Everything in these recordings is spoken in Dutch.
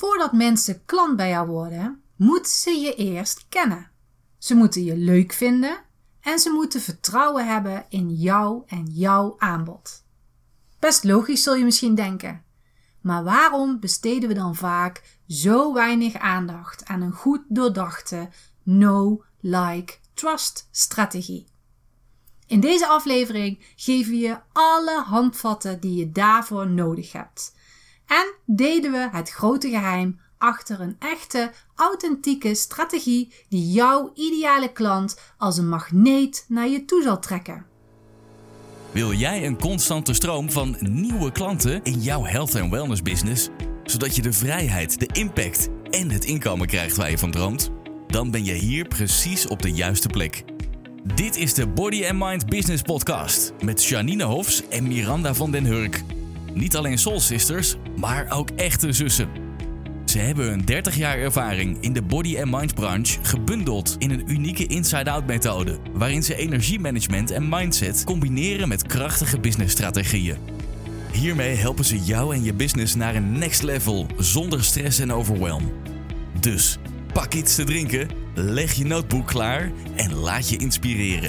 Voordat mensen klant bij jou worden, moeten ze je eerst kennen. Ze moeten je leuk vinden en ze moeten vertrouwen hebben in jou en jouw aanbod. Best logisch zul je misschien denken. Maar waarom besteden we dan vaak zo weinig aandacht aan een goed doordachte know, like, trust strategie? In deze aflevering geven we je alle handvatten die je daarvoor nodig hebt. En delen we het grote geheim achter een echte, authentieke strategie die jouw ideale klant als een magneet naar je toe zal trekken. Wil jij een constante stroom van nieuwe klanten in jouw health en wellness business, zodat je de vrijheid, de impact en het inkomen krijgt waar je van droomt? Dan ben je hier precies op de juiste plek. Dit is de Body and Mind Business Podcast met Janine Hofs en Miranda van den Hurk. Niet alleen soul sisters, maar ook echte zussen. Ze hebben hun 30 jaar ervaring in de body and mind branche gebundeld in een unieke inside-out methode, waarin ze energiemanagement en mindset combineren met krachtige businessstrategieën. Hiermee helpen ze jou en je business naar een next level zonder stress en overwhelm. Dus pak iets te drinken, leg je notebook klaar en laat je inspireren.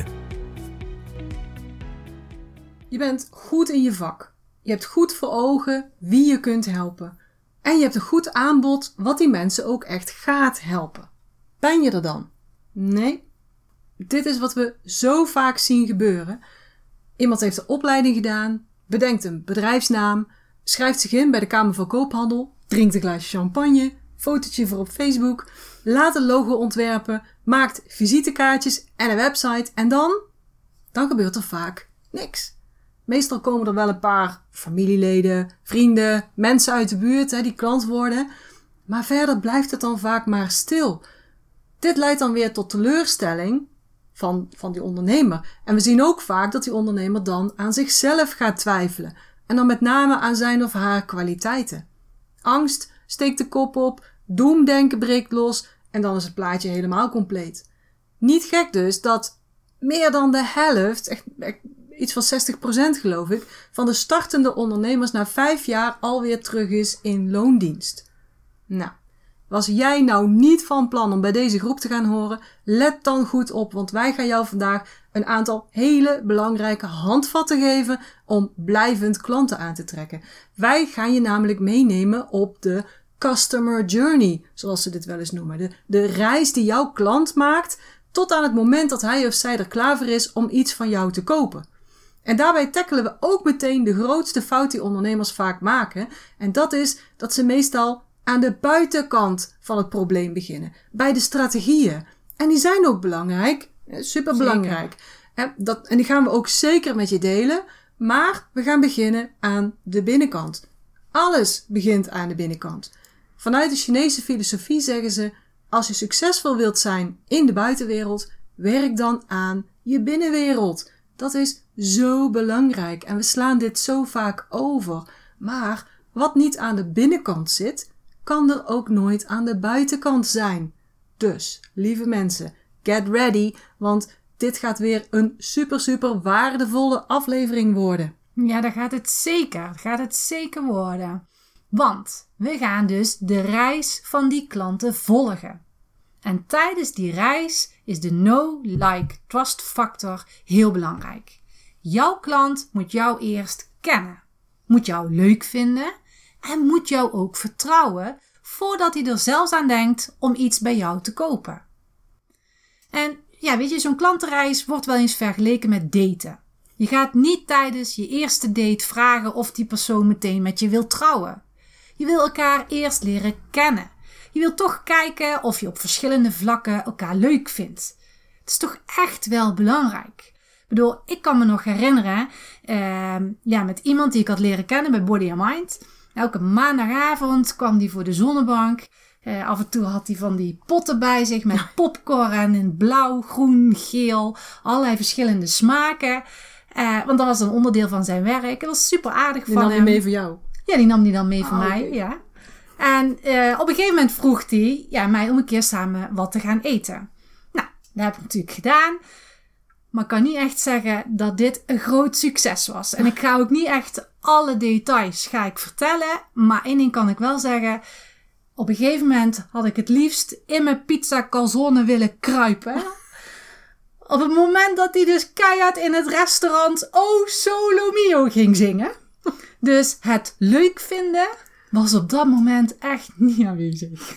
Je bent goed in je vak. Je hebt goed voor ogen wie je kunt helpen. En je hebt een goed aanbod wat die mensen ook echt gaat helpen. Ben je er dan? Nee. Dit is wat we zo vaak zien gebeuren. Iemand heeft een opleiding gedaan, bedenkt een bedrijfsnaam, schrijft zich in bij de Kamer van Koophandel, drinkt een glaasje champagne, fotootje voor op Facebook, laat een logo ontwerpen, maakt visitekaartjes en een website en dan gebeurt er vaak niks. Meestal komen er wel een paar familieleden, vrienden, mensen uit de buurt die klant worden. Maar verder blijft het dan vaak maar stil. Dit leidt dan weer tot teleurstelling van die ondernemer. En we zien ook vaak dat die ondernemer dan aan zichzelf gaat twijfelen. En dan met name aan zijn of haar kwaliteiten. Angst steekt de kop op, doemdenken breekt los en dan is het plaatje helemaal compleet. Niet gek dus dat meer dan de helft, echt iets van 60% geloof ik, van de startende ondernemers na 5 jaar alweer terug is in loondienst. Nou, was jij nou niet van plan om bij deze groep te gaan horen, let dan goed op, want wij gaan jou vandaag een aantal hele belangrijke handvatten geven om blijvend klanten aan te trekken. Wij gaan je namelijk meenemen op de customer journey, zoals ze dit wel eens noemen. De reis die jouw klant maakt tot aan het moment dat hij of zij er klaar voor is om iets van jou te kopen. En daarbij tackelen we ook meteen de grootste fout die ondernemers vaak maken. En dat is dat ze meestal aan de buitenkant van het probleem beginnen. Bij de strategieën. En die zijn ook belangrijk. Superbelangrijk. En die gaan we ook zeker met je delen. Maar we gaan beginnen aan de binnenkant. Alles begint aan de binnenkant. Vanuit de Chinese filosofie zeggen ze: als je succesvol wilt zijn in de buitenwereld, werk dan aan je binnenwereld. Dat is zo belangrijk en we slaan dit zo vaak over. Maar wat niet aan de binnenkant zit, kan er ook nooit aan de buitenkant zijn. Dus, lieve mensen, get ready, want dit gaat weer een super waardevolle aflevering worden. Ja, dat gaat het zeker worden. Want we gaan dus de reis van die klanten volgen. En tijdens die reis is de know, like, trust factor heel belangrijk. Jouw klant moet jou eerst kennen, moet jou leuk vinden en moet jou ook vertrouwen voordat hij er zelfs aan denkt om iets bij jou te kopen. En ja, weet je, zo'n klantenreis wordt wel eens vergeleken met daten. Je gaat niet tijdens je eerste date vragen of die persoon meteen met je wil trouwen. Je wil elkaar eerst leren kennen. Je wilt toch kijken of je op verschillende vlakken elkaar leuk vindt. Het is toch echt wel belangrijk. Ik bedoel, ik kan me nog herinneren, met iemand die ik had leren kennen bij Body and Mind. Elke maandagavond kwam die voor de zonnebank. Af en toe had hij van die potten bij zich met popcorn in blauw, groen, geel. Allerlei verschillende smaken. Want dat was een onderdeel van zijn werk. Het was super aardig van hem. Die nam hij mee voor jou? Ja, die nam hij dan mee voor mij, ja. En op een gegeven moment vroeg hij mij om een keer samen wat te gaan eten. Nou, dat heb ik natuurlijk gedaan. Maar ik kan niet echt zeggen dat dit een groot succes was. En ik ga ook niet echt alle details vertellen. Maar één ding kan ik wel zeggen. op een gegeven moment had ik het liefst in mijn pizza calzone willen kruipen. Op het moment dat hij dus keihard in het restaurant O Solo Mio ging zingen. Dus het leuk vinden was op dat moment echt niet aanwezig.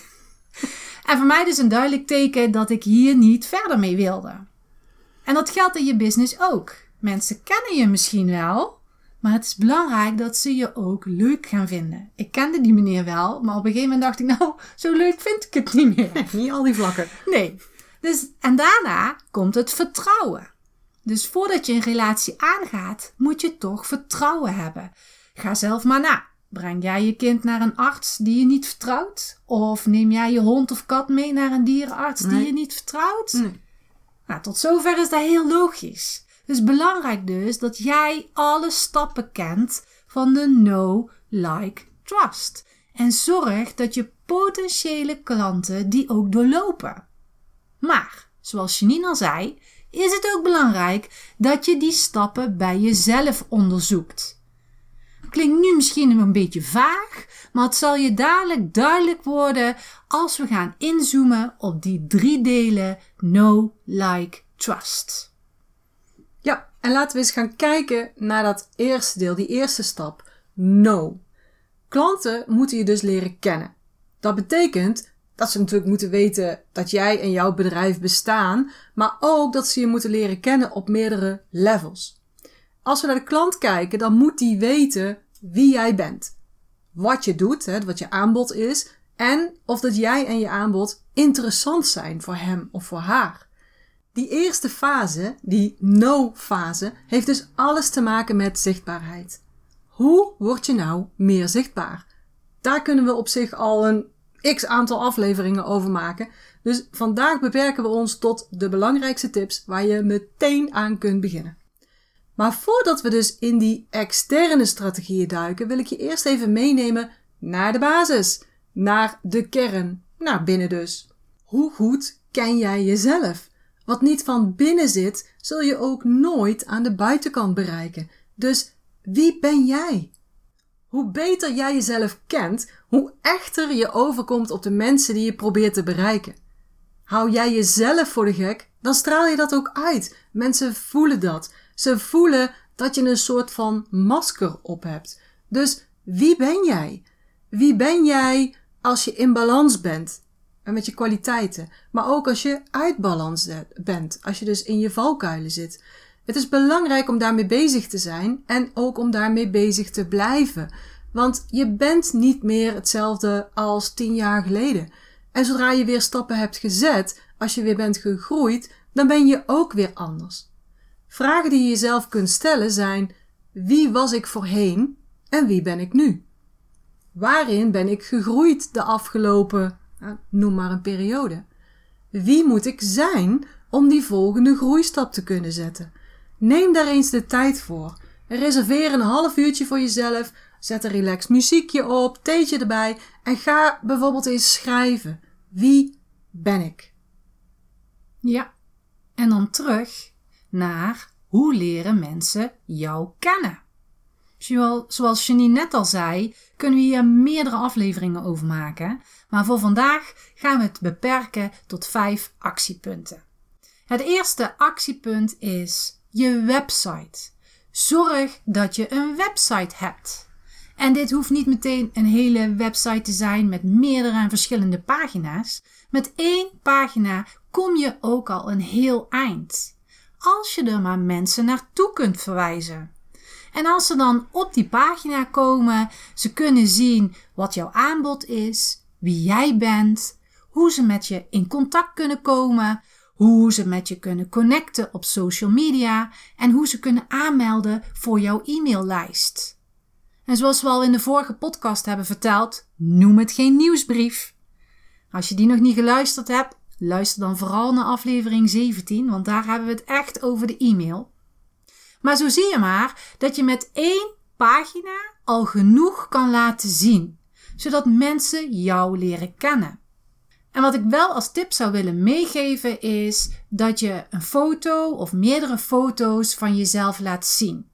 En voor mij dus een duidelijk teken dat ik hier niet verder mee wilde. En dat geldt in je business ook. Mensen kennen je misschien wel, maar het is belangrijk dat ze je ook leuk gaan vinden. Ik kende die meneer wel, maar op een gegeven moment dacht ik, nou, zo leuk vind ik het niet meer. Niet al die vlakken. Nee. Dus, en daarna komt het vertrouwen. Dus voordat je een relatie aangaat, moet je toch vertrouwen hebben. Ga zelf maar na. Breng jij je kind naar een arts die je niet vertrouwt? Of neem jij je hond of kat mee naar een dierenarts die je niet vertrouwt? Nee. Nou, tot zover is dat heel logisch. Dus belangrijk dus dat jij alle stappen kent van de know, like, trust. En zorg dat je potentiële klanten die ook doorlopen. Maar, zoals Janine al zei, is het ook belangrijk dat je die stappen bij jezelf onderzoekt. Klinkt nu misschien een beetje vaag, maar het zal je dadelijk duidelijk worden als we gaan inzoomen op die 3 delen know, like, trust. Ja, en laten we eens gaan kijken naar dat eerste deel, die eerste stap, know. Klanten moeten je dus leren kennen. Dat betekent dat ze natuurlijk moeten weten dat jij en jouw bedrijf bestaan, maar ook dat ze je moeten leren kennen op meerdere levels. Als we naar de klant kijken, dan moet die weten wie jij bent. Wat je doet, wat je aanbod is, en of dat jij en je aanbod interessant zijn voor hem of voor haar. Die eerste fase, die know-fase, heeft dus alles te maken met zichtbaarheid. Hoe word je nou meer zichtbaar? Daar kunnen we op zich al een x-aantal afleveringen over maken. Dus vandaag beperken we ons tot de belangrijkste tips waar je meteen aan kunt beginnen. Maar voordat we dus in die externe strategieën duiken, wil ik je eerst even meenemen naar de basis. Naar de kern. Naar binnen dus. Hoe goed ken jij jezelf? Wat niet van binnen zit, zul je ook nooit aan de buitenkant bereiken. Dus wie ben jij? Hoe beter jij jezelf kent, hoe echter je overkomt op de mensen die je probeert te bereiken. Hou jij jezelf voor de gek, dan straal je dat ook uit. Mensen voelen dat. Ze voelen dat je een soort van masker op hebt. Dus wie ben jij? Wie ben jij als je in balans bent? En met je kwaliteiten. Maar ook als je uit balans bent. Als je dus in je valkuilen zit. Het is belangrijk om daarmee bezig te zijn. En ook om daarmee bezig te blijven. Want je bent niet meer hetzelfde als 10 jaar geleden. En zodra je weer stappen hebt gezet, als je weer bent gegroeid, dan ben je ook weer anders. Vragen die je jezelf kunt stellen zijn: wie was ik voorheen en wie ben ik nu? Waarin ben ik gegroeid de afgelopen, noem maar een periode? Wie moet ik zijn om die volgende groeistap te kunnen zetten? Neem daar eens de tijd voor. Reserveer een half uurtje voor jezelf. Zet een relaxed muziekje op, theetje erbij en ga bijvoorbeeld eens schrijven. Wie ben ik? Ja, en dan terug naar hoe leren mensen jou kennen. Zoals Janine net al zei, kunnen we hier meerdere afleveringen over maken. Maar voor vandaag gaan we het beperken tot 5 actiepunten. Het eerste actiepunt is je website. Zorg dat je een website hebt. En dit hoeft niet meteen een hele website te zijn met meerdere en verschillende pagina's. Met 1 pagina kom je ook al een heel eind. Als je er maar mensen naartoe kunt verwijzen. En als ze dan op die pagina komen, ze kunnen zien wat jouw aanbod is, wie jij bent, hoe ze met je in contact kunnen komen, hoe ze met je kunnen connecten op social media en hoe ze kunnen aanmelden voor jouw e-maillijst. En zoals we al in de vorige podcast hebben verteld, noem het geen nieuwsbrief. Als je die nog niet geluisterd hebt, luister dan vooral naar aflevering 17, want daar hebben we het echt over de e-mail. Maar zo zie je maar dat je met 1 pagina al genoeg kan laten zien, zodat mensen jou leren kennen. En wat ik wel als tip zou willen meegeven is dat je een foto of meerdere foto's van jezelf laat zien.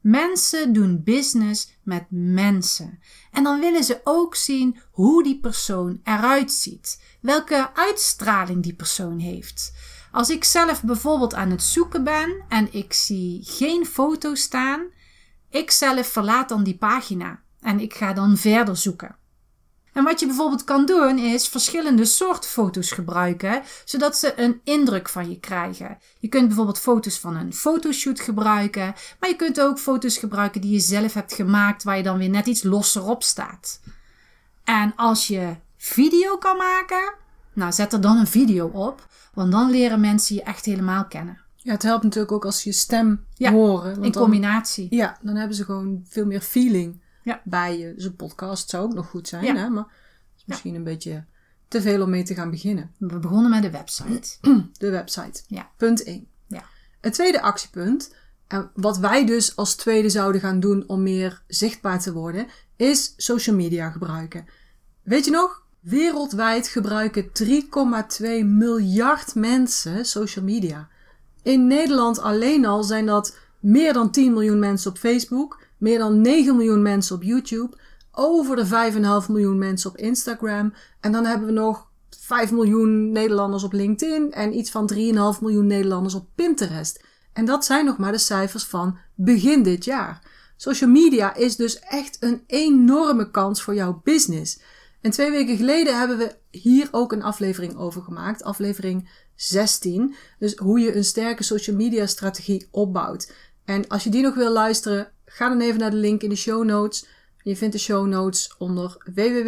Mensen doen business met mensen. En dan willen ze ook zien hoe die persoon eruit ziet. Welke uitstraling die persoon heeft. Als ik zelf bijvoorbeeld aan het zoeken ben en ik zie geen foto staan, ik zelf verlaat dan die pagina en ik ga dan verder zoeken. En wat je bijvoorbeeld kan doen is verschillende soorten foto's gebruiken, zodat ze een indruk van je krijgen. Je kunt bijvoorbeeld foto's van een fotoshoot gebruiken, maar je kunt ook foto's gebruiken die je zelf hebt gemaakt, waar je dan weer net iets losser op staat. En als je video kan maken, nou zet er dan een video op, want dan leren mensen je echt helemaal kennen. Ja, het helpt natuurlijk ook als ze je stem horen. Want in combinatie. Dan hebben ze gewoon veel meer feeling bij je. Dus een podcast zou ook nog goed zijn, hè? Maar het is misschien een beetje te veel om mee te gaan beginnen. We begonnen met de website. De website. Ja. Punt 1. Ja. Het tweede actiepunt, en wat wij dus als tweede zouden gaan doen om meer zichtbaar te worden, is social media gebruiken. Weet je nog? Wereldwijd gebruiken 3,2 miljard mensen social media. In Nederland alleen al zijn dat meer dan 10 miljoen mensen op Facebook, meer dan 9 miljoen mensen op YouTube, over de 5,5 miljoen mensen op Instagram. En dan hebben we nog 5 miljoen Nederlanders op LinkedIn en iets van 3,5 miljoen Nederlanders op Pinterest. En dat zijn nog maar de cijfers van begin dit jaar. Social media is dus echt een enorme kans voor jouw business. En 2 weken geleden hebben we hier ook een aflevering over gemaakt. Aflevering 16. Dus hoe je een sterke social media strategie opbouwt. En als je die nog wil luisteren, ga dan even naar de link in de show notes. Je vindt de show notes onder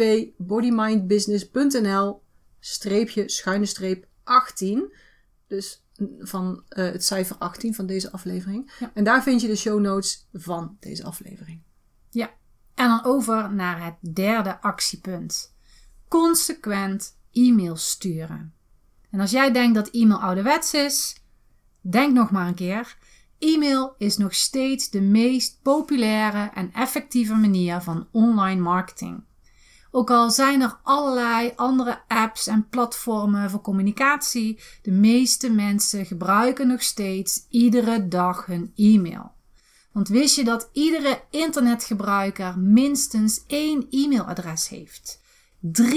www.bodymindbusiness.nl/18. Dus van het cijfer 18 van deze aflevering. Ja. En daar vind je de show notes van deze aflevering. Ja, en dan over naar het derde actiepunt. Consequent e-mails sturen. En als jij denkt dat e-mail ouderwets is, denk nog maar een keer. E-mail is nog steeds de meest populaire en effectieve manier van online marketing. Ook al zijn er allerlei andere apps en platformen voor communicatie, de meeste mensen gebruiken nog steeds iedere dag hun e-mail. Want wist je dat iedere internetgebruiker minstens 1 e-mailadres heeft? 3,8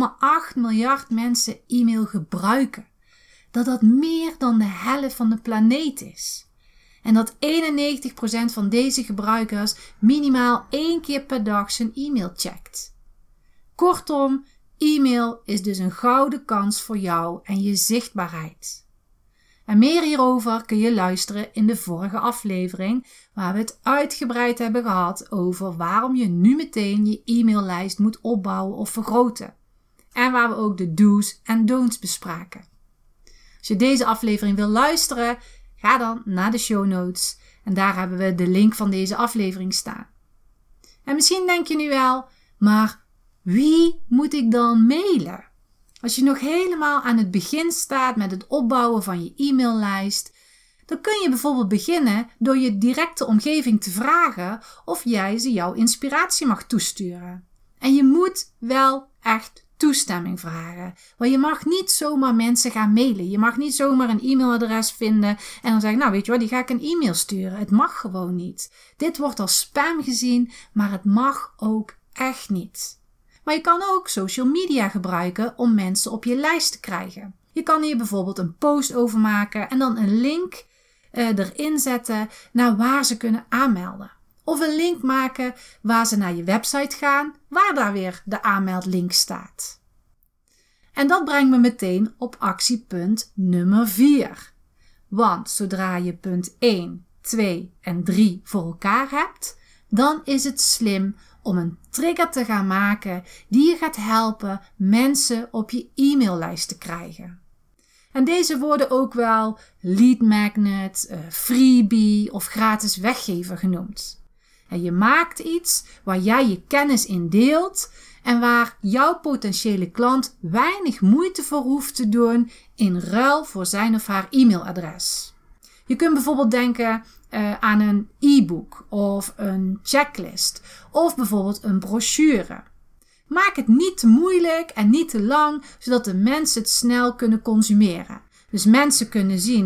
miljard mensen e-mail gebruiken. Dat meer dan de helft van de planeet is. En dat 91% van deze gebruikers minimaal 1 keer per dag zijn e-mail checkt. Kortom, e-mail is dus een gouden kans voor jou en je zichtbaarheid. En meer hierover kun je luisteren in de vorige aflevering, waar we het uitgebreid hebben gehad over waarom je nu meteen je e-maillijst moet opbouwen of vergroten. En waar we ook de do's en don'ts bespraken. Als je deze aflevering wil luisteren, ga dan naar de show notes en daar hebben we de link van deze aflevering staan. En misschien denk je nu wel, maar wie moet ik dan mailen? Als je nog helemaal aan het begin staat met het opbouwen van je e-maillijst, dan kun je bijvoorbeeld beginnen door je directe omgeving te vragen of jij ze jouw inspiratie mag toesturen. En je moet wel echt toestemming vragen. Want je mag niet zomaar mensen gaan mailen. Je mag niet zomaar een e-mailadres vinden en dan zeggen, nou weet je wat, die ga ik een e-mail sturen. Het mag gewoon niet. Dit wordt als spam gezien, maar het mag ook echt niet. Maar je kan ook social media gebruiken om mensen op je lijst te krijgen. Je kan hier bijvoorbeeld een post over maken en dan een link erin zetten naar waar ze kunnen aanmelden. Of een link maken waar ze naar je website gaan, waar daar weer de aanmeldlink staat. En dat brengt me meteen op actiepunt nummer 4. Want zodra je punt 1, 2 en 3 voor elkaar hebt, dan is het slim om een trigger te gaan maken die je gaat helpen mensen op je e-maillijst te krijgen. En deze worden ook wel lead magnet, freebie of gratis weggever genoemd. En je maakt iets waar jij je kennis in deelt en waar jouw potentiële klant weinig moeite voor hoeft te doen in ruil voor zijn of haar e-mailadres. Je kunt bijvoorbeeld denken aan een e-book of een checklist of bijvoorbeeld een brochure. Maak het niet te moeilijk en niet te lang, zodat de mensen het snel kunnen consumeren. Dus mensen kunnen zien,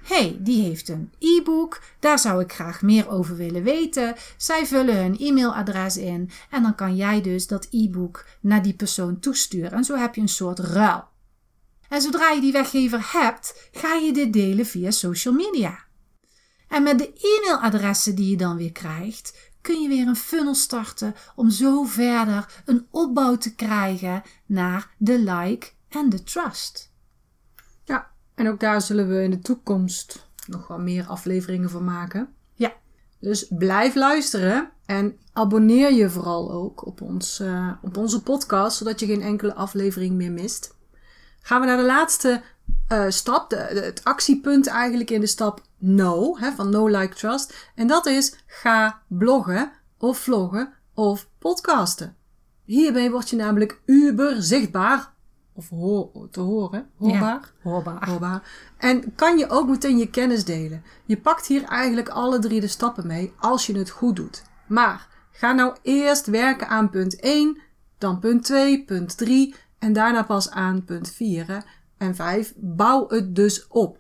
die heeft een e-book, daar zou ik graag meer over willen weten. Zij vullen hun e-mailadres in en dan kan jij dus dat e-book naar die persoon toesturen. En zo heb je een soort ruil. En zodra je die weggever hebt, ga je dit delen via social media. En met de e-mailadressen die je dan weer krijgt, kun je weer een funnel starten om zo verder een opbouw te krijgen naar de like en de trust. Ja, en ook daar zullen we in de toekomst nog wel meer afleveringen van maken. Ja. Dus blijf luisteren en abonneer je vooral ook op onze podcast, zodat je geen enkele aflevering meer mist. Gaan we naar de laatste stap, het actiepunt eigenlijk in de stap No, van No Like Trust. En dat is ga bloggen of vloggen of podcasten. Hierbij word je namelijk uber zichtbaar. Of te horen. Hoorbaar. Ja, hoorbaar. En kan je ook meteen je kennis delen. Je pakt hier eigenlijk alle 3 de stappen mee als je het goed doet. Maar ga nou eerst werken aan punt 1, dan punt 2, punt 3 en daarna pas aan punt 4 en 5. Bouw het dus op.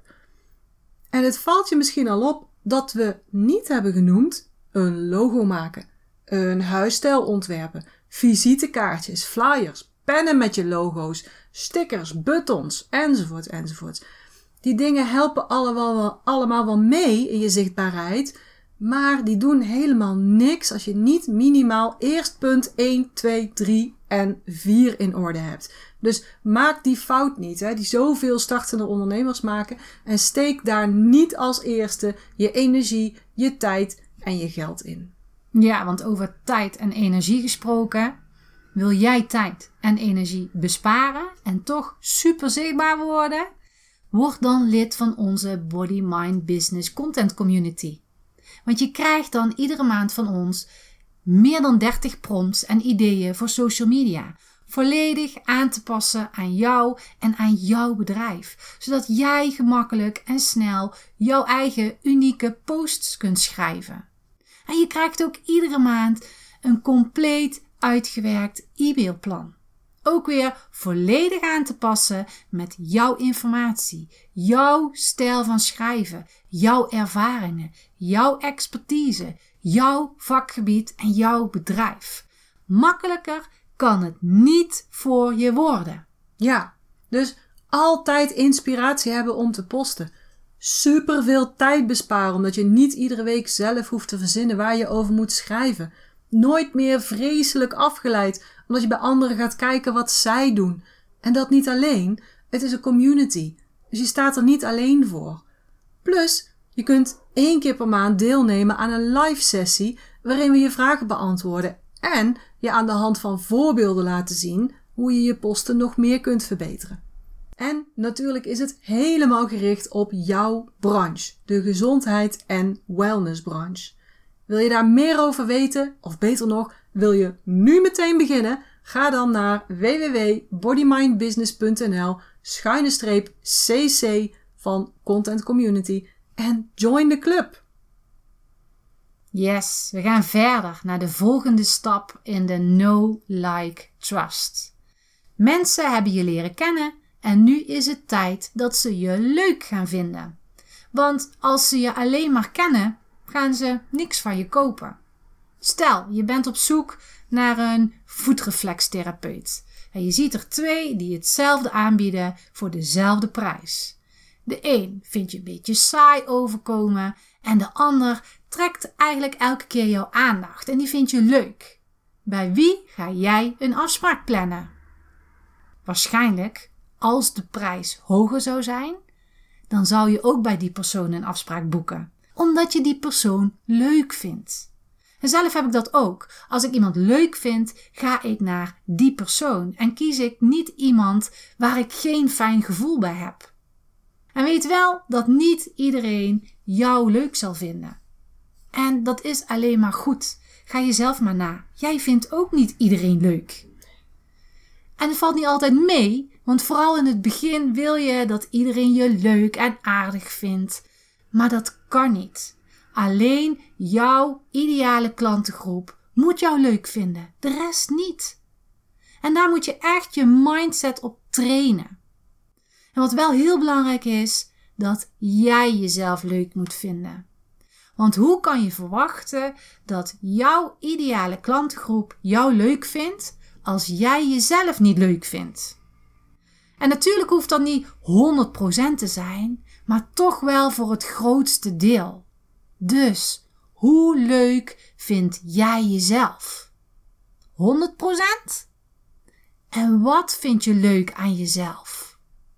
En het valt je misschien al op dat we niet hebben genoemd een logo maken, een huisstijl ontwerpen, visitekaartjes, flyers, pennen met je logo's, stickers, buttons, enzovoort. Die dingen helpen allemaal wel mee in je zichtbaarheid, maar die doen helemaal niks als je niet minimaal eerst punt 1, 2, 3 en 4 in orde hebt. Dus maak die fout niet, die zoveel startende ondernemers maken, en steek daar niet als eerste je energie, je tijd en je geld in. Ja, want over tijd en energie gesproken, wil jij tijd en energie besparen en toch super zichtbaar worden? Word dan lid van onze Body Mind Business Content Community. Want je krijgt dan iedere maand van ons meer dan 30 prompts en ideeën voor social media. Volledig aan te passen aan jou en aan jouw bedrijf. Zodat jij gemakkelijk en snel jouw eigen unieke posts kunt schrijven. En je krijgt ook iedere maand een compleet uitgewerkt e-mailplan. Ook weer volledig aan te passen met jouw informatie, jouw stijl van schrijven, jouw ervaringen, jouw expertise, jouw vakgebied en jouw bedrijf. Makkelijker kan het niet voor je worden. Ja, dus altijd inspiratie hebben om te posten. Superveel tijd besparen omdat je niet iedere week zelf hoeft te verzinnen waar je over moet schrijven. Nooit meer vreselijk afgeleid omdat je bij anderen gaat kijken wat zij doen. En dat niet alleen, het is een community. Dus je staat er niet alleen voor. Plus, je kunt 1 keer per maand deelnemen aan een live sessie waarin we je vragen beantwoorden en je aan de hand van voorbeelden laten zien hoe je je posten nog meer kunt verbeteren. En natuurlijk is het helemaal gericht op jouw branche, de gezondheid- en wellnessbranche. Wil je daar meer over weten, of beter nog, wil je nu meteen beginnen? Ga dan naar www.bodymindbusiness.nl/cc van Content Community en join de club. Yes, we gaan verder naar de volgende stap in de No Like Trust. Mensen hebben je leren kennen en nu is het tijd dat ze je leuk gaan vinden. Want als ze je alleen maar kennen, gaan ze niks van je kopen. Stel, je bent op zoek naar een voetreflextherapeut. En je ziet er 2 die hetzelfde aanbieden voor dezelfde prijs. De een vindt je een beetje saai overkomen en de ander trekt eigenlijk elke keer jouw aandacht en die vind je leuk. Bij wie ga jij een afspraak plannen? Waarschijnlijk, als de prijs hoger zou zijn, dan zou je ook bij die persoon een afspraak boeken. Omdat je die persoon leuk vindt. En zelf heb ik dat ook. Als ik iemand leuk vind, ga ik naar die persoon. En kies ik niet iemand waar ik geen fijn gevoel bij heb. En weet wel dat niet iedereen jou leuk zal vinden. En dat is alleen maar goed. Ga jezelf maar na. Jij vindt ook niet iedereen leuk. En het valt niet altijd mee, want vooral in het begin wil je dat iedereen je leuk en aardig vindt. Maar dat kan niet. Alleen jouw ideale klantengroep moet jou leuk vinden, de rest niet. En daar moet je echt je mindset op trainen. En wat wel heel belangrijk is, dat jij jezelf leuk moet vinden. Want hoe kan je verwachten dat jouw ideale klantengroep jou leuk vindt als jij jezelf niet leuk vindt? En natuurlijk hoeft dat niet 100% te zijn, maar toch wel voor het grootste deel. Dus, hoe leuk vind jij jezelf? 100%? En wat vind je leuk aan jezelf?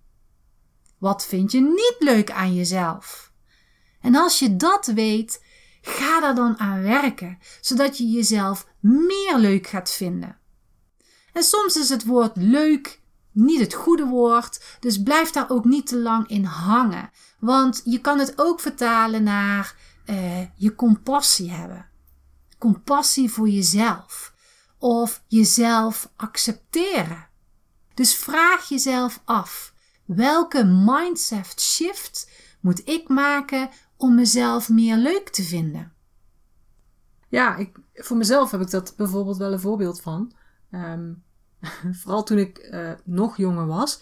Wat vind je niet leuk aan jezelf? En als je dat weet, ga daar dan aan werken, zodat je jezelf meer leuk gaat vinden. En soms is het woord leuk niet het goede woord, dus blijf daar ook niet te lang in hangen. Want je kan het ook vertalen naar je compassie hebben. Compassie voor jezelf. Of jezelf accepteren. Dus vraag jezelf af, welke mindset shift moet ik maken om mezelf meer leuk te vinden? Ja, voor mezelf heb ik dat bijvoorbeeld wel een voorbeeld van. Vooral toen ik nog jonger was.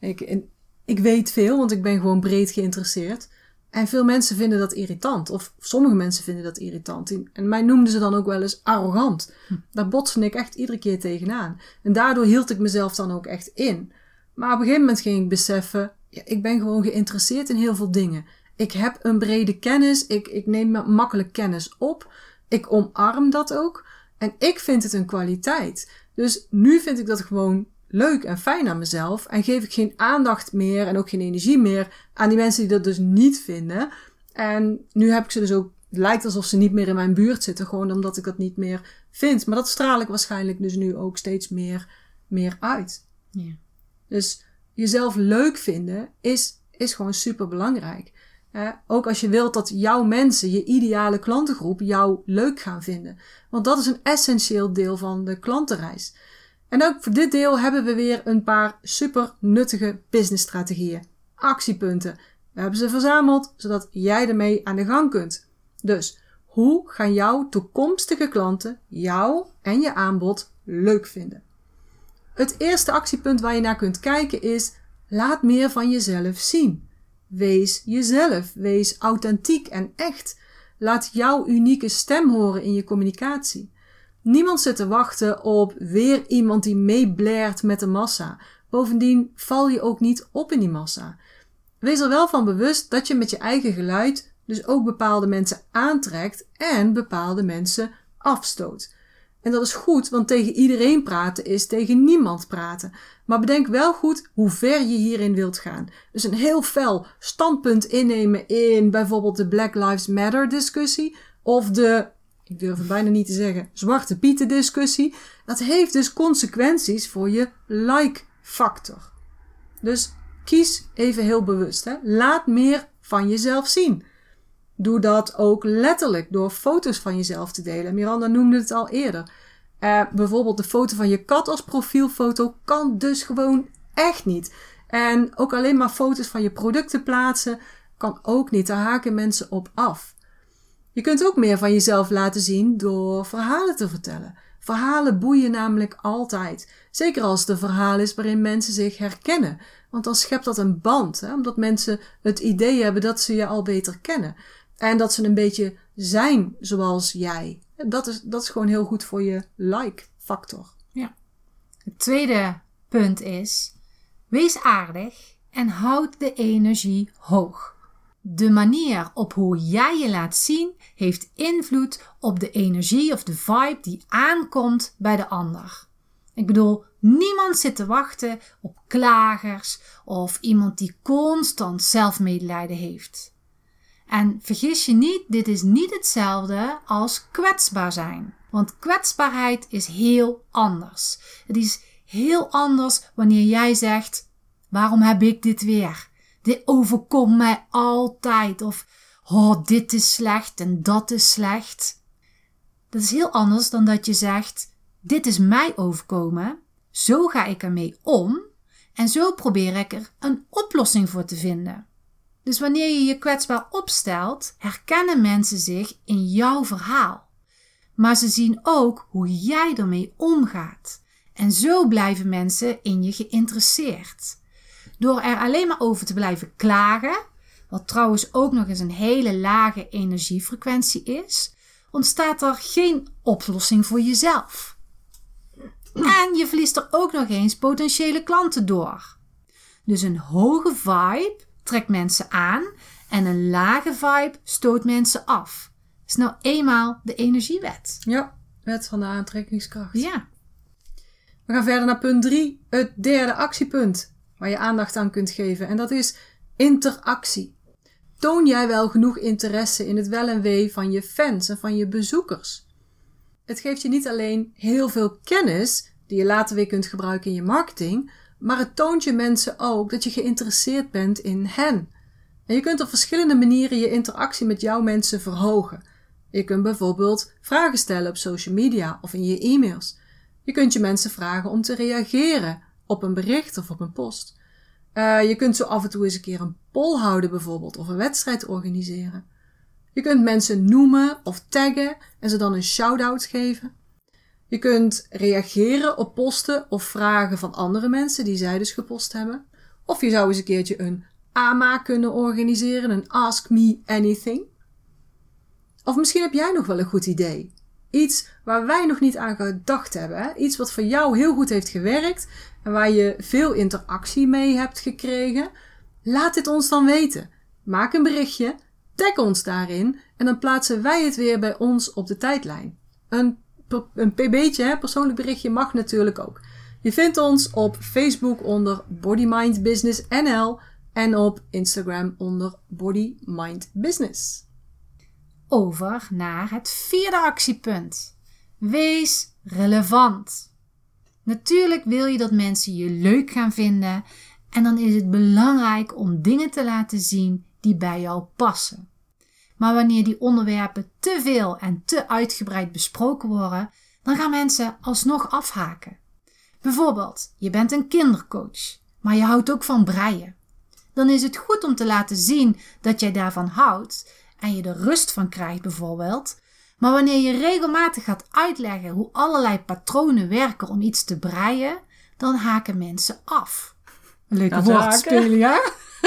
Ik weet veel, want ik ben gewoon breed geïnteresseerd. En veel mensen vinden dat irritant. Of sommige mensen vinden dat irritant. En mij noemden ze dan ook wel eens arrogant. Daar botste ik echt iedere keer tegenaan. En daardoor hield ik mezelf dan ook echt in. Maar op een gegeven moment ging ik beseffen, ja, ik ben gewoon geïnteresseerd in heel veel dingen. Ik heb een brede kennis. Ik neem makkelijk kennis op. Ik omarm dat ook. En ik vind het een kwaliteit. Dus nu vind ik dat gewoon leuk en fijn aan mezelf. En geef ik geen aandacht meer en ook geen energie meer aan die mensen die dat dus niet vinden. En nu heb ik ze dus ook, het lijkt alsof ze niet meer in mijn buurt zitten. Gewoon omdat ik dat niet meer vind. Maar dat straal ik waarschijnlijk dus nu ook steeds meer uit. Ja. Dus jezelf leuk vinden is gewoon super belangrijk. Ook als je wilt dat jouw mensen, je ideale klantengroep, jou leuk gaan vinden. Want dat is een essentieel deel van de klantenreis. En ook voor dit deel hebben we weer een paar super nuttige businessstrategieën. Actiepunten. We hebben ze verzameld, zodat jij ermee aan de gang kunt. Dus, hoe gaan jouw toekomstige klanten jou en je aanbod leuk vinden? Het eerste actiepunt waar je naar kunt kijken is, laat meer van jezelf zien. Wees jezelf, wees authentiek en echt. Laat jouw unieke stem horen in je communicatie. Niemand zit te wachten op weer iemand die meeblaert met de massa. Bovendien val je ook niet op in die massa. Wees er wel van bewust dat je met je eigen geluid dus ook bepaalde mensen aantrekt en bepaalde mensen afstoot. En dat is goed, want tegen iedereen praten is tegen niemand praten. Maar bedenk wel goed hoe ver je hierin wilt gaan. Dus een heel fel standpunt innemen in bijvoorbeeld de Black Lives Matter discussie of de, ik durf het bijna niet te zeggen, Zwarte Pieten discussie. Dat heeft dus consequenties voor je like factor. Dus kies even heel bewust. Hè? Laat meer van jezelf zien. Doe dat ook letterlijk door foto's van jezelf te delen. Miranda noemde het al eerder. Bijvoorbeeld de foto van je kat als profielfoto kan dus gewoon echt niet. En ook alleen maar foto's van je producten plaatsen kan ook niet. Daar haken mensen op af. Je kunt ook meer van jezelf laten zien door verhalen te vertellen. Verhalen boeien namelijk altijd. Zeker als het een verhaal is waarin mensen zich herkennen. Want dan schept dat een band. Hè? Omdat mensen het idee hebben dat ze je al beter kennen. En dat ze een beetje zijn zoals jij. Dat is gewoon heel goed voor je like-factor. Ja. Het tweede punt is, wees aardig en houd de energie hoog. De manier op hoe jij je laat zien heeft invloed op de energie of de vibe die aankomt bij de ander. Ik bedoel, niemand zit te wachten op klagers of iemand die constant zelfmedelijden heeft. En vergis je niet, dit is niet hetzelfde als kwetsbaar zijn. Want kwetsbaarheid is heel anders. Het is heel anders wanneer jij zegt, waarom heb ik dit weer? Dit overkomt mij altijd. Of, oh, dit is slecht en dat is slecht. Dat is heel anders dan dat je zegt, dit is mij overkomen. Zo ga ik ermee om. En zo probeer ik er een oplossing voor te vinden. Dus wanneer je je kwetsbaar opstelt, herkennen mensen zich in jouw verhaal. Maar ze zien ook hoe jij ermee omgaat. En zo blijven mensen in je geïnteresseerd. Door er alleen maar over te blijven klagen, wat trouwens ook nog eens een hele lage energiefrequentie is, ontstaat er geen oplossing voor jezelf. En je verliest er ook nog eens potentiële klanten door. Dus een hoge vibe trekt mensen aan en een lage vibe stoot mensen af. Dat is nou eenmaal de energiewet. Ja, wet van de aantrekkingskracht. Ja. We gaan verder naar punt 3, het derde actiepunt, waar je aandacht aan kunt geven. En dat is interactie. Toon jij wel genoeg interesse in het wel en wee van je fans en van je bezoekers? Het geeft je niet alleen heel veel kennis, die je later weer kunt gebruiken in je marketing, maar het toont je mensen ook dat je geïnteresseerd bent in hen. En je kunt op verschillende manieren je interactie met jouw mensen verhogen. Je kunt bijvoorbeeld vragen stellen op social media of in je e-mails. Je kunt je mensen vragen om te reageren op een bericht of op een post. Je kunt zo af en toe eens een keer een poll houden bijvoorbeeld of een wedstrijd organiseren. Je kunt mensen noemen of taggen en ze dan een shout-out geven. Je kunt reageren op posten of vragen van andere mensen die zij dus gepost hebben. Of je zou eens een keertje een AMA kunnen organiseren, een Ask Me Anything. Of misschien heb jij nog wel een goed idee. Iets waar wij nog niet aan gedacht hebben. Hè? Iets wat voor jou heel goed heeft gewerkt en waar je veel interactie mee hebt gekregen. Laat dit ons dan weten. Maak een berichtje, tag ons daarin en dan plaatsen wij het weer bij ons op de tijdlijn. Een pb'tje, persoonlijk berichtje, mag natuurlijk ook. Je vindt ons op Facebook onder Body Mind Business NL en op Instagram onder Body Mind Business. Over naar het vierde actiepunt. Wees relevant. Natuurlijk wil je dat mensen je leuk gaan vinden en dan is het belangrijk om dingen te laten zien die bij jou passen. Maar wanneer die onderwerpen te veel en te uitgebreid besproken worden, dan gaan mensen alsnog afhaken. Bijvoorbeeld, je bent een kindercoach, maar je houdt ook van breien. Dan is het goed om te laten zien dat jij daarvan houdt en je er rust van krijgt bijvoorbeeld. Maar wanneer je regelmatig gaat uitleggen hoe allerlei patronen werken om iets te breien, dan haken mensen af. Een leuke woordspeling, ja?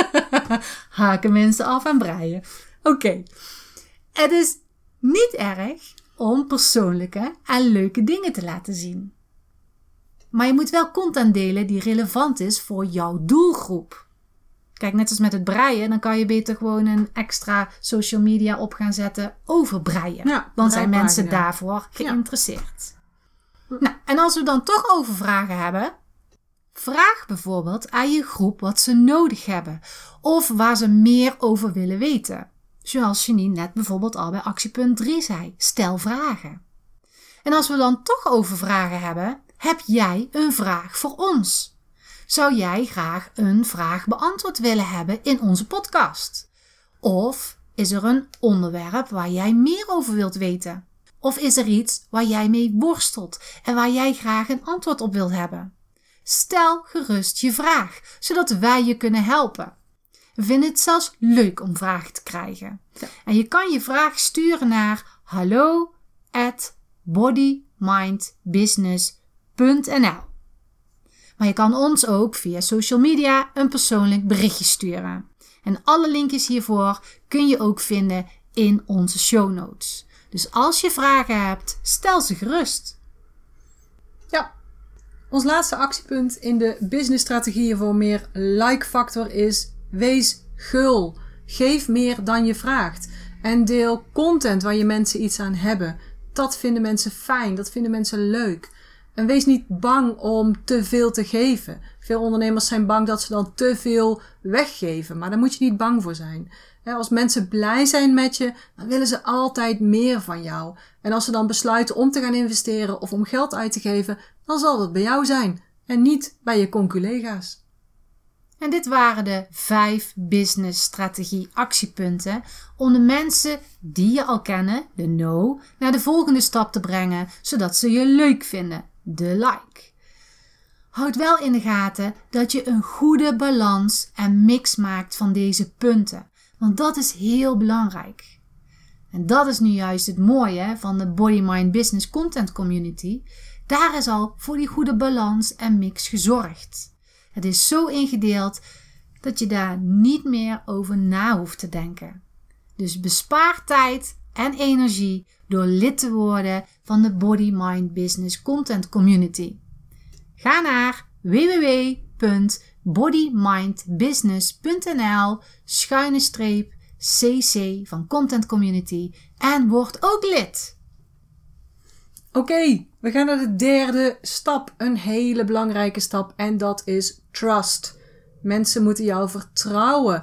Haken mensen af en breien. Oké. Het is niet erg om persoonlijke en leuke dingen te laten zien. Maar je moet wel content delen die relevant is voor jouw doelgroep. Kijk, net als met het breien, dan kan je beter gewoon een extra social media op gaan zetten over breien. Ja, dan zijn mensen daarvoor geïnteresseerd. Ja. Nou, en als we dan toch over vragen hebben, vraag bijvoorbeeld aan je groep wat ze nodig hebben of waar ze meer over willen weten. Zoals Janine net bijvoorbeeld al bij actiepunt 3 zei. Stel vragen. En als we dan toch over vragen hebben, heb jij een vraag voor ons? Zou jij graag een vraag beantwoord willen hebben in onze podcast? Of is er een onderwerp waar jij meer over wilt weten? Of is er iets waar jij mee worstelt en waar jij graag een antwoord op wilt hebben? Stel gerust je vraag, zodat wij je kunnen helpen. We vinden het zelfs leuk om vragen te krijgen. Ja. En je kan je vraag sturen naar hallo@bodymindbusiness.nl. Maar je kan ons ook via social media een persoonlijk berichtje sturen. En alle linkjes hiervoor kun je ook vinden in onze show notes. Dus als je vragen hebt, stel ze gerust. Ja, ons laatste actiepunt in de businessstrategieën voor meer like-factor is: wees gul. Geef meer dan je vraagt. En deel content waar je mensen iets aan hebben. Dat vinden mensen fijn, dat vinden mensen leuk. En wees niet bang om te veel te geven. Veel ondernemers zijn bang dat ze dan te veel weggeven. Maar daar moet je niet bang voor zijn. Als mensen blij zijn met je, dan willen ze altijd meer van jou. En als ze dan besluiten om te gaan investeren of om geld uit te geven, dan zal dat bij jou zijn. En niet bij je conculega's. En dit waren de 5 business strategie actiepunten om de mensen die je al kennen, de know, naar de volgende stap te brengen, zodat ze je leuk vinden, de like. Houd wel in de gaten dat je een goede balans en mix maakt van deze punten, want dat is heel belangrijk. En dat is nu juist het mooie van de Body Mind Business Content Community. Daar is al voor die goede balans en mix gezorgd. Het is zo ingedeeld dat je daar niet meer over na hoeft te denken. Dus bespaar tijd en energie door lid te worden van de Body Mind Business Content Community. Ga naar www.bodymindbusiness.nl/cc van Content Community en word ook lid. Oké, we gaan naar de derde stap. Een hele belangrijke stap en dat is trust. Mensen moeten jou vertrouwen.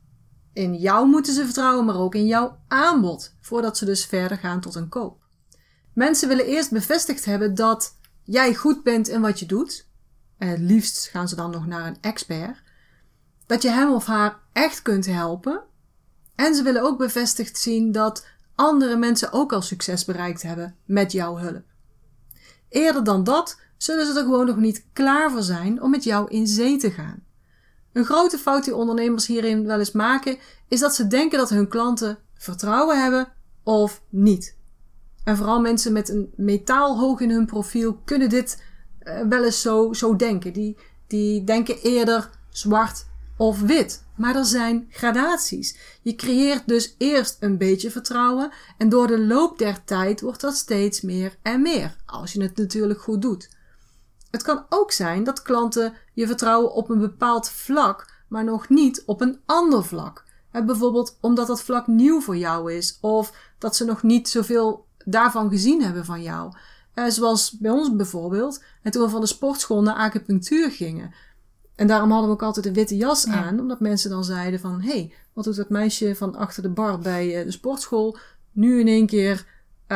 In jou moeten ze vertrouwen, maar ook in jouw aanbod, voordat ze dus verder gaan tot een koop. Mensen willen eerst bevestigd hebben dat jij goed bent in wat je doet. En het liefst gaan ze dan nog naar een expert. Dat je hem of haar echt kunt helpen. En ze willen ook bevestigd zien dat andere mensen ook al succes bereikt hebben met jouw hulp. Eerder dan dat zullen ze er gewoon nog niet klaar voor zijn om met jou in zee te gaan. Een grote fout die ondernemers hierin wel eens maken, is dat ze denken dat hun klanten vertrouwen hebben of niet. En vooral mensen met een metaal hoog in hun profiel kunnen dit wel eens zo denken. Die denken eerder zwart of wit. Maar er zijn gradaties. Je creëert dus eerst een beetje vertrouwen en door de loop der tijd wordt dat steeds meer en meer, als je het natuurlijk goed doet. Het kan ook zijn dat klanten je vertrouwen op een bepaald vlak, maar nog niet op een ander vlak. Bijvoorbeeld omdat dat vlak nieuw voor jou is of dat ze nog niet zoveel daarvan gezien hebben van jou. Zoals bij ons bijvoorbeeld, toen we van de sportschool naar acupunctuur gingen. En daarom hadden we ook altijd een witte jas aan, omdat mensen dan zeiden van, hey, wat doet dat meisje van achter de bar bij de sportschool nu in één keer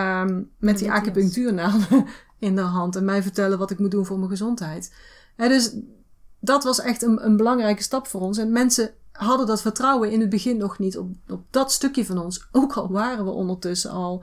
met die acupunctuurnaalden in de hand en mij vertellen wat ik moet doen voor mijn gezondheid. Dus dat was echt een belangrijke stap voor ons. En mensen hadden dat vertrouwen in het begin nog niet op dat stukje van ons. Ook al waren we ondertussen al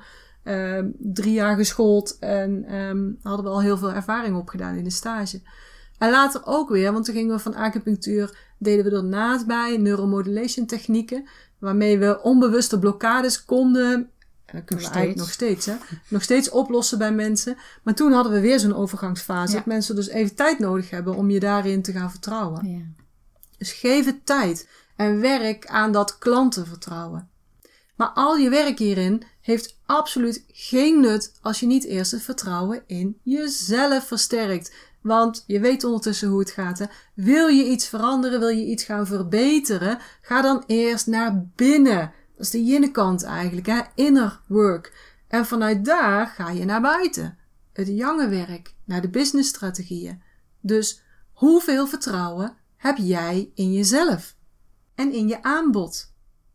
3 jaar geschoold en hadden we al heel veel ervaring opgedaan in de stage. En later ook weer, want toen gingen we van acupunctuur, deden we er naast bij neuromodulation technieken, waarmee we onbewuste blokkades konden, en dat kunnen we eigenlijk nog steeds oplossen bij mensen. Maar toen hadden we weer zo'n overgangsfase, dat mensen dus even tijd nodig hebben om je daarin te gaan vertrouwen. Ja. Dus geef het tijd en werk aan dat klantenvertrouwen. Maar al je werk hierin heeft absoluut geen nut als je niet eerst het vertrouwen in jezelf versterkt. Want je weet ondertussen hoe het gaat. Hè? Wil je iets veranderen, wil je iets gaan verbeteren, ga dan eerst naar binnen. Dat is de yin-kant eigenlijk, hè? Inner work. En vanuit daar ga je naar buiten. Het yang-werk, naar de businessstrategieën. Dus hoeveel vertrouwen heb jij in jezelf? En in je aanbod?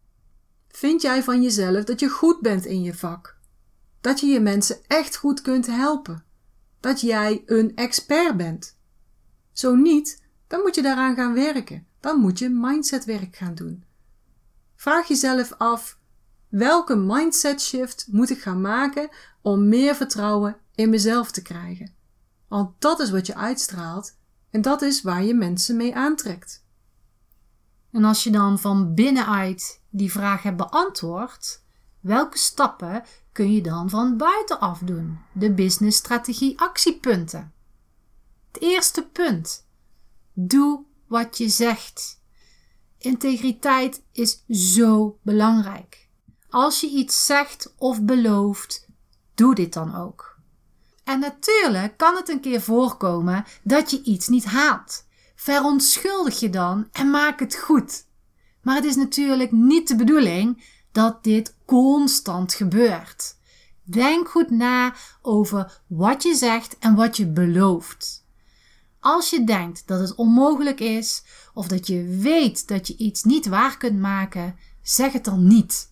Vind jij van jezelf dat je goed bent in je vak? Dat je je mensen echt goed kunt helpen? Dat jij een expert bent? Zo niet, dan moet je daaraan gaan werken. Dan moet je mindsetwerk gaan doen. Vraag jezelf af, welke mindset shift moet ik gaan maken om meer vertrouwen in mezelf te krijgen? Want dat is wat je uitstraalt en dat is waar je mensen mee aantrekt. En als je dan van binnenuit die vraag hebt beantwoord, welke stappen kun je dan van buitenaf doen? De businessstrategie actiepunten. Het eerste punt. Doe wat je zegt. Integriteit is zo belangrijk. Als je iets zegt of belooft, doe dit dan ook. En natuurlijk kan het een keer voorkomen dat je iets niet haalt. Verontschuldig je dan en maak het goed. Maar het is natuurlijk niet de bedoeling dat dit constant gebeurt. Denk goed na over wat je zegt en wat je belooft. Als je denkt dat het onmogelijk is of dat je weet dat je iets niet waar kunt maken, zeg het dan niet.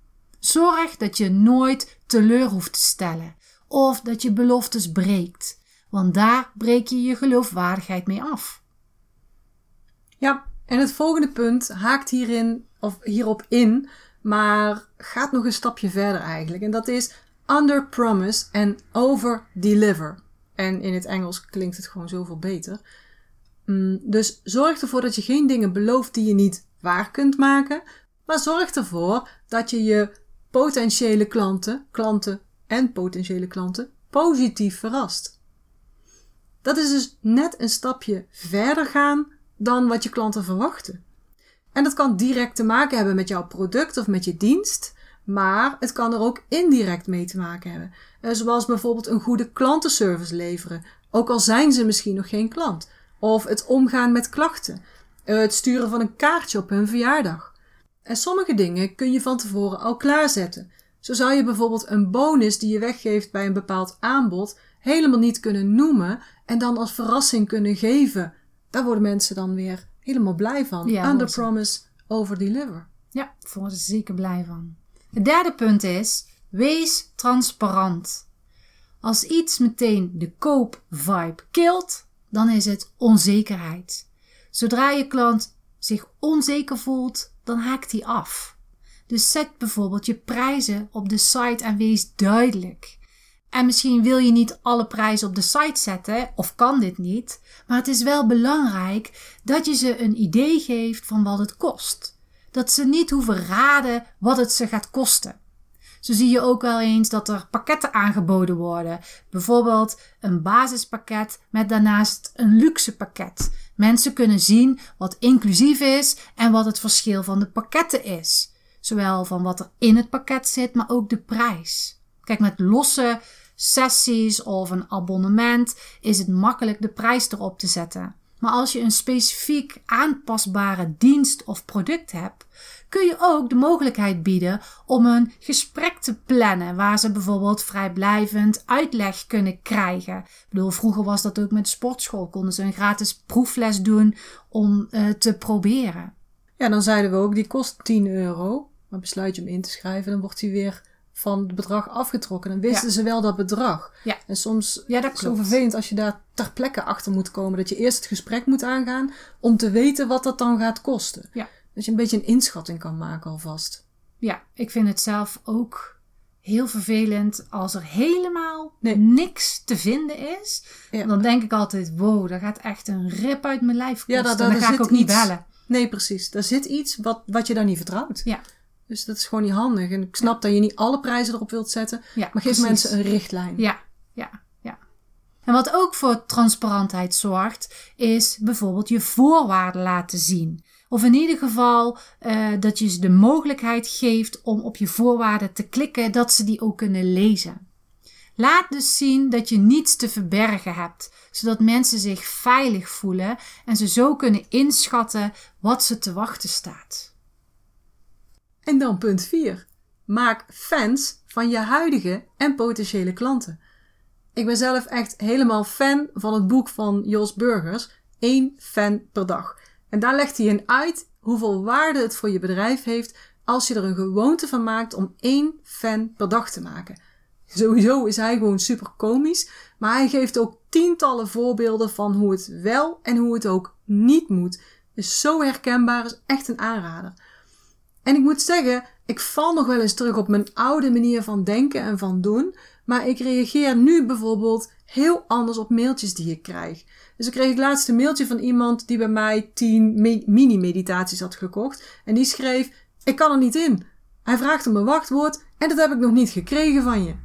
Zorg dat je nooit teleur hoeft te stellen of dat je beloftes breekt, want daar breek je je geloofwaardigheid mee af. Ja, en het volgende punt haakt hierop in, maar gaat nog een stapje verder eigenlijk. En dat is under promise and over deliver. En in het Engels klinkt het gewoon zoveel beter. Dus zorg ervoor dat je geen dingen belooft die je niet waar kunt maken. Maar zorg ervoor dat je je potentiële klanten en potentiële klanten positief verrast. Dat is dus net een stapje verder gaan dan wat je klanten verwachten. En dat kan direct te maken hebben met jouw product of met je dienst. Maar het kan er ook indirect mee te maken hebben. Zoals bijvoorbeeld een goede klantenservice leveren. Ook al zijn ze misschien nog geen klant. Of het omgaan met klachten. Het sturen van een kaartje op hun verjaardag. En sommige dingen kun je van tevoren al klaarzetten. Zo zou je bijvoorbeeld een bonus die je weggeeft bij een bepaald aanbod helemaal niet kunnen noemen en dan als verrassing kunnen geven. Daar worden mensen dan weer helemaal blij van. Ja, Under promise, over deliver. Ja, daar worden ze zeker blij van. Het derde punt is, wees transparant. Als iets meteen de koop-vibe kilt, dan is het onzekerheid. Zodra je klant zich onzeker voelt, dan haakt hij af. Dus zet bijvoorbeeld je prijzen op de site en wees duidelijk. En misschien wil je niet alle prijzen op de site zetten, of kan dit niet, maar het is wel belangrijk dat je ze een idee geeft van wat het kost. Dat ze niet hoeven raden wat het ze gaat kosten. Zo zie je ook wel eens dat er pakketten aangeboden worden. Bijvoorbeeld een basispakket met daarnaast een luxe pakket. Mensen kunnen zien wat inclusief is en wat het verschil van de pakketten is. Zowel van wat er in het pakket zit, maar ook de prijs. Kijk, met losse sessies of een abonnement is het makkelijk de prijs erop te zetten. Maar als je een specifiek aanpasbare dienst of product hebt, kun je ook de mogelijkheid bieden om een gesprek te plannen waar ze bijvoorbeeld vrijblijvend uitleg kunnen krijgen. Ik bedoel, vroeger was dat ook met de sportschool. Konden ze een gratis proefles doen om te proberen. Ja, dan zeiden we ook, die kost €10. Maar besluit je hem in te schrijven, dan wordt hij weer van het bedrag afgetrokken. Dan wisten ze wel dat bedrag. Ja. En soms Ja, dat is het zo klopt. vervelend als je daar ter plekke achter moet komen. Dat je eerst het gesprek moet aangaan om te weten wat dat dan gaat kosten. Ja. Dat je een beetje een inschatting kan maken alvast. Ja, ik vind het zelf ook heel vervelend als er helemaal Nee. niks te vinden is. Ja. Dan denk ik altijd, wow, daar gaat echt een rip uit mijn lijf kosten. Ja, En dan ga ik zit ook niet iets- bellen. Nee, precies. Daar zit iets wat je daar niet vertrouwt. Ja. Dus dat is gewoon niet handig. En ik snap dat je niet alle prijzen erop wilt zetten. Ja, Maar geef precies. mensen een richtlijn. Ja. En wat ook voor transparantheid zorgt, is bijvoorbeeld je voorwaarden laten zien. Of in ieder geval dat je ze de mogelijkheid geeft om op je voorwaarden te klikken, dat ze die ook kunnen lezen. Laat dus zien dat je niets te verbergen hebt, zodat mensen zich veilig voelen en ze zo kunnen inschatten wat ze te wachten staat. En dan punt 4. Maak fans van je huidige en potentiële klanten. Ik ben zelf echt helemaal fan van het boek van Jos Burgers, 1 fan per dag. En daar legt hij in uit hoeveel waarde het voor je bedrijf heeft als je er een gewoonte van maakt om 1 fan per dag te maken. Sowieso is hij gewoon super komisch, maar hij geeft ook tientallen voorbeelden van hoe het wel en hoe het ook niet moet. Is zo herkenbaar, is echt een aanrader. En ik moet zeggen, ik val nog wel eens terug op mijn oude manier van denken en van doen. Maar ik reageer nu bijvoorbeeld heel anders op mailtjes die ik krijg. Dus ik kreeg laatst een mailtje van iemand die bij mij 10 mini-meditaties had gekocht. En die schreef, ik kan er niet in. Hij vraagt om een wachtwoord en dat heb ik nog niet gekregen van je.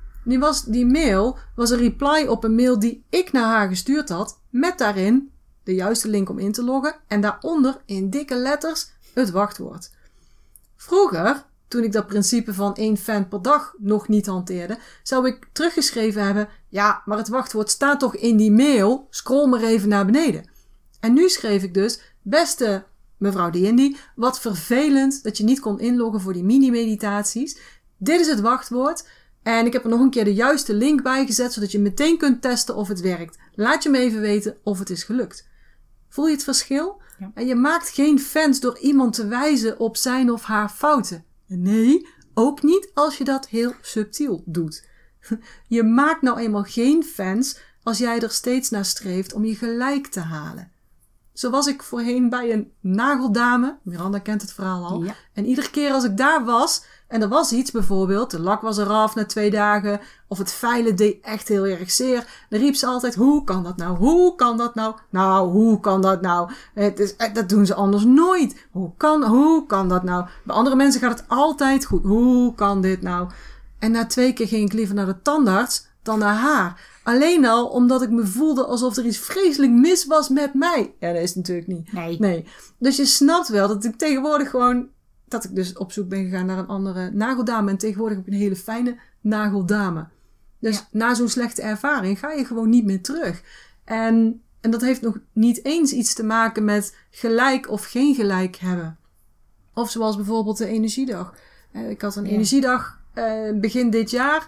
Die mail was een reply op een mail die ik naar haar gestuurd had. Met daarin de juiste link om in te loggen. En daaronder in dikke letters het wachtwoord. Vroeger, toen ik dat principe van 1 fan per dag nog niet hanteerde, zou ik teruggeschreven hebben, ja, maar het wachtwoord staat toch in die mail, scroll maar even naar beneden. En nu schreef ik dus, beste mevrouw die, wat vervelend dat je niet kon inloggen voor die mini-meditaties. Dit is het wachtwoord en ik heb er nog een keer de juiste link bij gezet, zodat je meteen kunt testen of het werkt. Laat je me even weten of het is gelukt. Voel je het verschil? Ja. En je maakt geen fans door iemand te wijzen op zijn of haar fouten. Nee, ook niet als je dat heel subtiel doet. Je maakt nou eenmaal geen fans als jij er steeds naar streeft om je gelijk te halen. Zo was ik voorheen bij een nageldame. Miranda kent het verhaal al. Ja. En iedere keer als ik daar was en er was iets bijvoorbeeld, de lak was eraf na 2 dagen of het veilen deed echt heel erg zeer, dan riep ze altijd, hoe kan dat nou? Hoe kan dat nou? Nou, hoe kan dat nou? Dat doen ze anders nooit. Hoe kan dat nou? Bij andere mensen gaat het altijd goed. Hoe kan dit nou? En na 2 keer ging ik liever naar de tandarts dan naar haar. Alleen al omdat ik me voelde alsof er iets vreselijk mis was met mij. Ja, dat is het natuurlijk niet. Nee. Dus je snapt wel dat ik tegenwoordig gewoon... Dat ik dus op zoek ben gegaan naar een andere nageldame. En tegenwoordig heb ik een hele fijne nageldame. Dus na zo'n slechte ervaring ga je gewoon niet meer terug. En dat heeft nog niet eens iets te maken met gelijk of geen gelijk hebben. Of zoals bijvoorbeeld de energiedag. Ik had een energiedag begin dit jaar.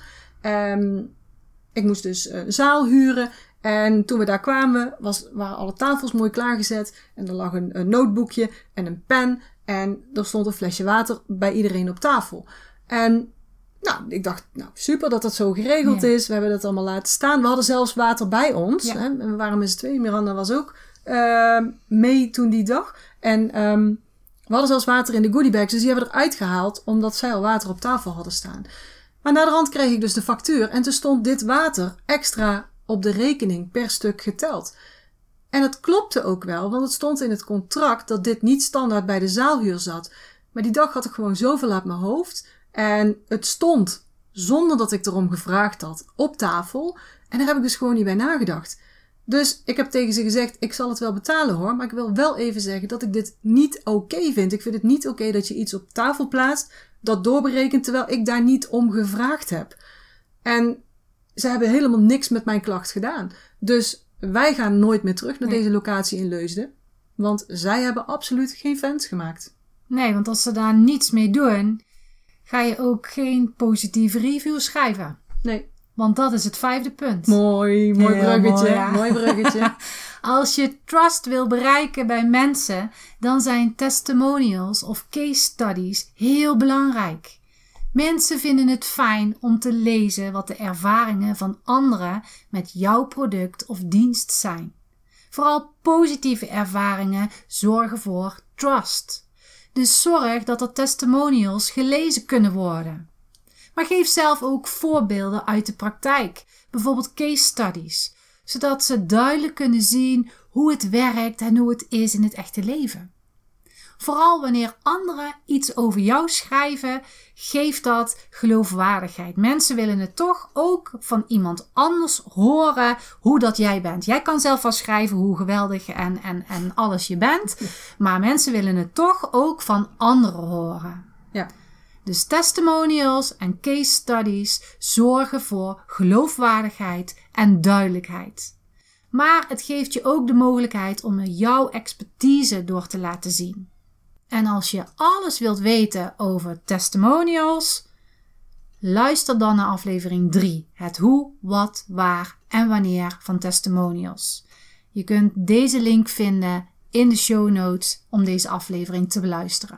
Ik moest dus een zaal huren. En toen we daar kwamen, waren alle tafels mooi klaargezet. En er lag een notebookje en een pen. En er stond een flesje water bij iedereen op tafel. En ik dacht, super dat dat zo geregeld is. We hebben dat allemaal laten staan. We hadden zelfs water bij ons. Ja. Hè? We waren met z'n tweeën. Miranda was ook mee toen die dag. En we hadden zelfs water in de goodiebags. Dus die hebben we eruit gehaald, omdat zij al water op tafel hadden staan. Maar naderhand kreeg ik dus de factuur. En toen stond dit water extra op de rekening per stuk geteld. En het klopte ook wel, want het stond in het contract dat dit niet standaard bij de zaalhuur zat. Maar die dag had ik gewoon zoveel uit mijn hoofd. En het stond, zonder dat ik erom gevraagd had, op tafel. En daar heb ik dus gewoon niet bij nagedacht. Dus ik heb tegen ze gezegd, ik zal het wel betalen hoor. Maar ik wil wel even zeggen dat ik dit niet oké vind. Ik vind het niet oké dat je iets op tafel plaatst, dat doorberekent, terwijl ik daar niet om gevraagd heb. En ze hebben helemaal niks met mijn klacht gedaan. Dus wij gaan nooit meer terug naar deze locatie in Leusden. Want zij hebben absoluut geen fans gemaakt. Nee, want als ze daar niets mee doen, ga je ook geen positieve review schrijven. Nee. Want dat is het 5e punt. Mooi bruggetje. Mooi bruggetje. Als je trust wil bereiken bij mensen, dan zijn testimonials of case studies heel belangrijk. Mensen vinden het fijn om te lezen wat de ervaringen van anderen met jouw product of dienst zijn. Vooral positieve ervaringen zorgen voor trust. Dus zorg dat er testimonials gelezen kunnen worden. Maar geef zelf ook voorbeelden uit de praktijk, bijvoorbeeld case studies, zodat ze duidelijk kunnen zien hoe het werkt en hoe het is in het echte leven. Vooral wanneer anderen iets over jou schrijven, geeft dat geloofwaardigheid. Mensen willen het toch ook van iemand anders horen hoe dat jij bent. Jij kan zelf wel schrijven hoe geweldig en alles je bent, maar mensen willen het toch ook van anderen horen. Ja. Dus testimonials en case studies zorgen voor geloofwaardigheid en duidelijkheid. Maar het geeft je ook de mogelijkheid om jouw expertise door te laten zien. En als je alles wilt weten over testimonials, luister dan naar aflevering 3. Het hoe, wat, waar en wanneer van testimonials. Je kunt deze link vinden in de show notes om deze aflevering te beluisteren.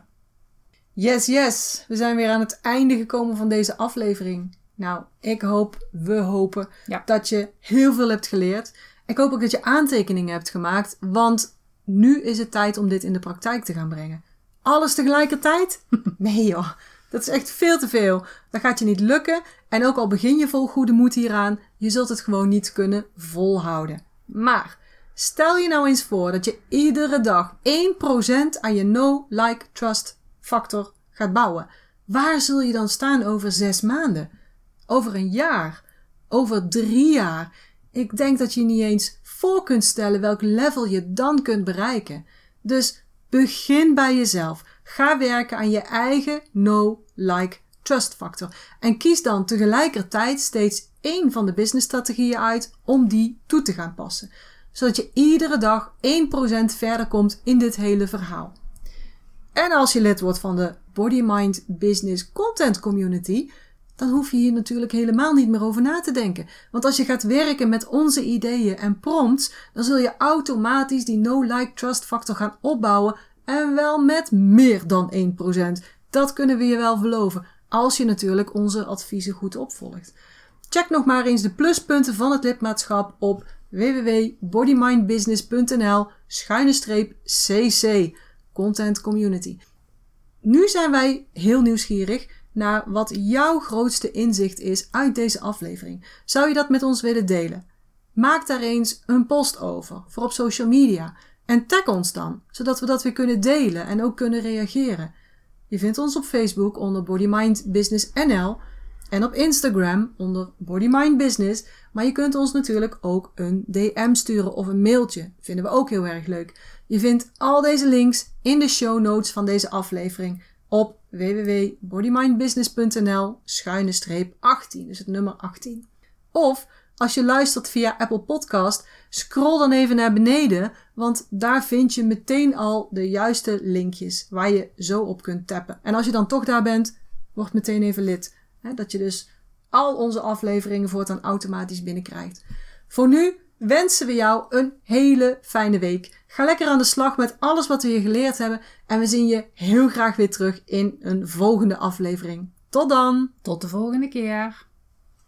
Yes. We zijn weer aan het einde gekomen van deze aflevering. Nou, we hopen dat je heel veel hebt geleerd. Ik hoop ook dat je aantekeningen hebt gemaakt, want nu is het tijd om dit in de praktijk te gaan brengen. Alles tegelijkertijd? Nee joh, dat is echt veel te veel. Dat gaat je niet lukken en ook al begin je vol goede moed hieraan, je zult het gewoon niet kunnen volhouden. Maar stel je nou eens voor dat je iedere dag 1% aan je know, like, trust factor gaat bouwen. Waar zul je dan staan over 6 maanden? Over een jaar? Over 3 jaar? Ik denk dat je niet eens voor kunt stellen welk level je dan kunt bereiken. Dus begin bij jezelf. Ga werken aan je eigen know, like, trust factor. En kies dan tegelijkertijd steeds 1 van de businessstrategieën uit om die toe te gaan passen. Zodat je iedere dag 1% verder komt in dit hele verhaal. En als je lid wordt van de Body Mind Business Content Community, dan hoef je hier natuurlijk helemaal niet meer over na te denken. Want als je gaat werken met onze ideeën en prompts, dan zul je automatisch die know, like, trust factor gaan opbouwen en wel met meer dan 1%. Dat kunnen we je wel beloven, als je natuurlijk onze adviezen goed opvolgt. Check nog maar eens de pluspunten van het lidmaatschap op www.bodymindbusiness.nl/cc Content Community. Nu zijn wij heel nieuwsgierig naar wat jouw grootste inzicht is uit deze aflevering. Zou je dat met ons willen delen? Maak daar eens een post over voor op social media en tag ons dan, zodat we dat weer kunnen delen en ook kunnen reageren. Je vindt ons op Facebook onder Body Mind Business NL En op Instagram onder Body Mind Business. Maar je kunt ons natuurlijk ook een DM sturen of een mailtje. Vinden we ook heel erg leuk. Je vindt al deze links in de show notes van deze aflevering op www.bodymindbusiness.nl/18. Dus het nummer 18. Of als je luistert via Apple Podcast, scroll dan even naar beneden, want daar vind je meteen al de juiste linkjes waar je zo op kunt tappen. En als je dan toch daar bent, word meteen even lid. Dat je dus al onze afleveringen voortaan automatisch binnenkrijgt. Voor nu wensen we jou een hele fijne week. Ga lekker aan de slag met alles wat we hier geleerd hebben. En we zien je heel graag weer terug in een volgende aflevering. Tot dan! Tot de volgende keer!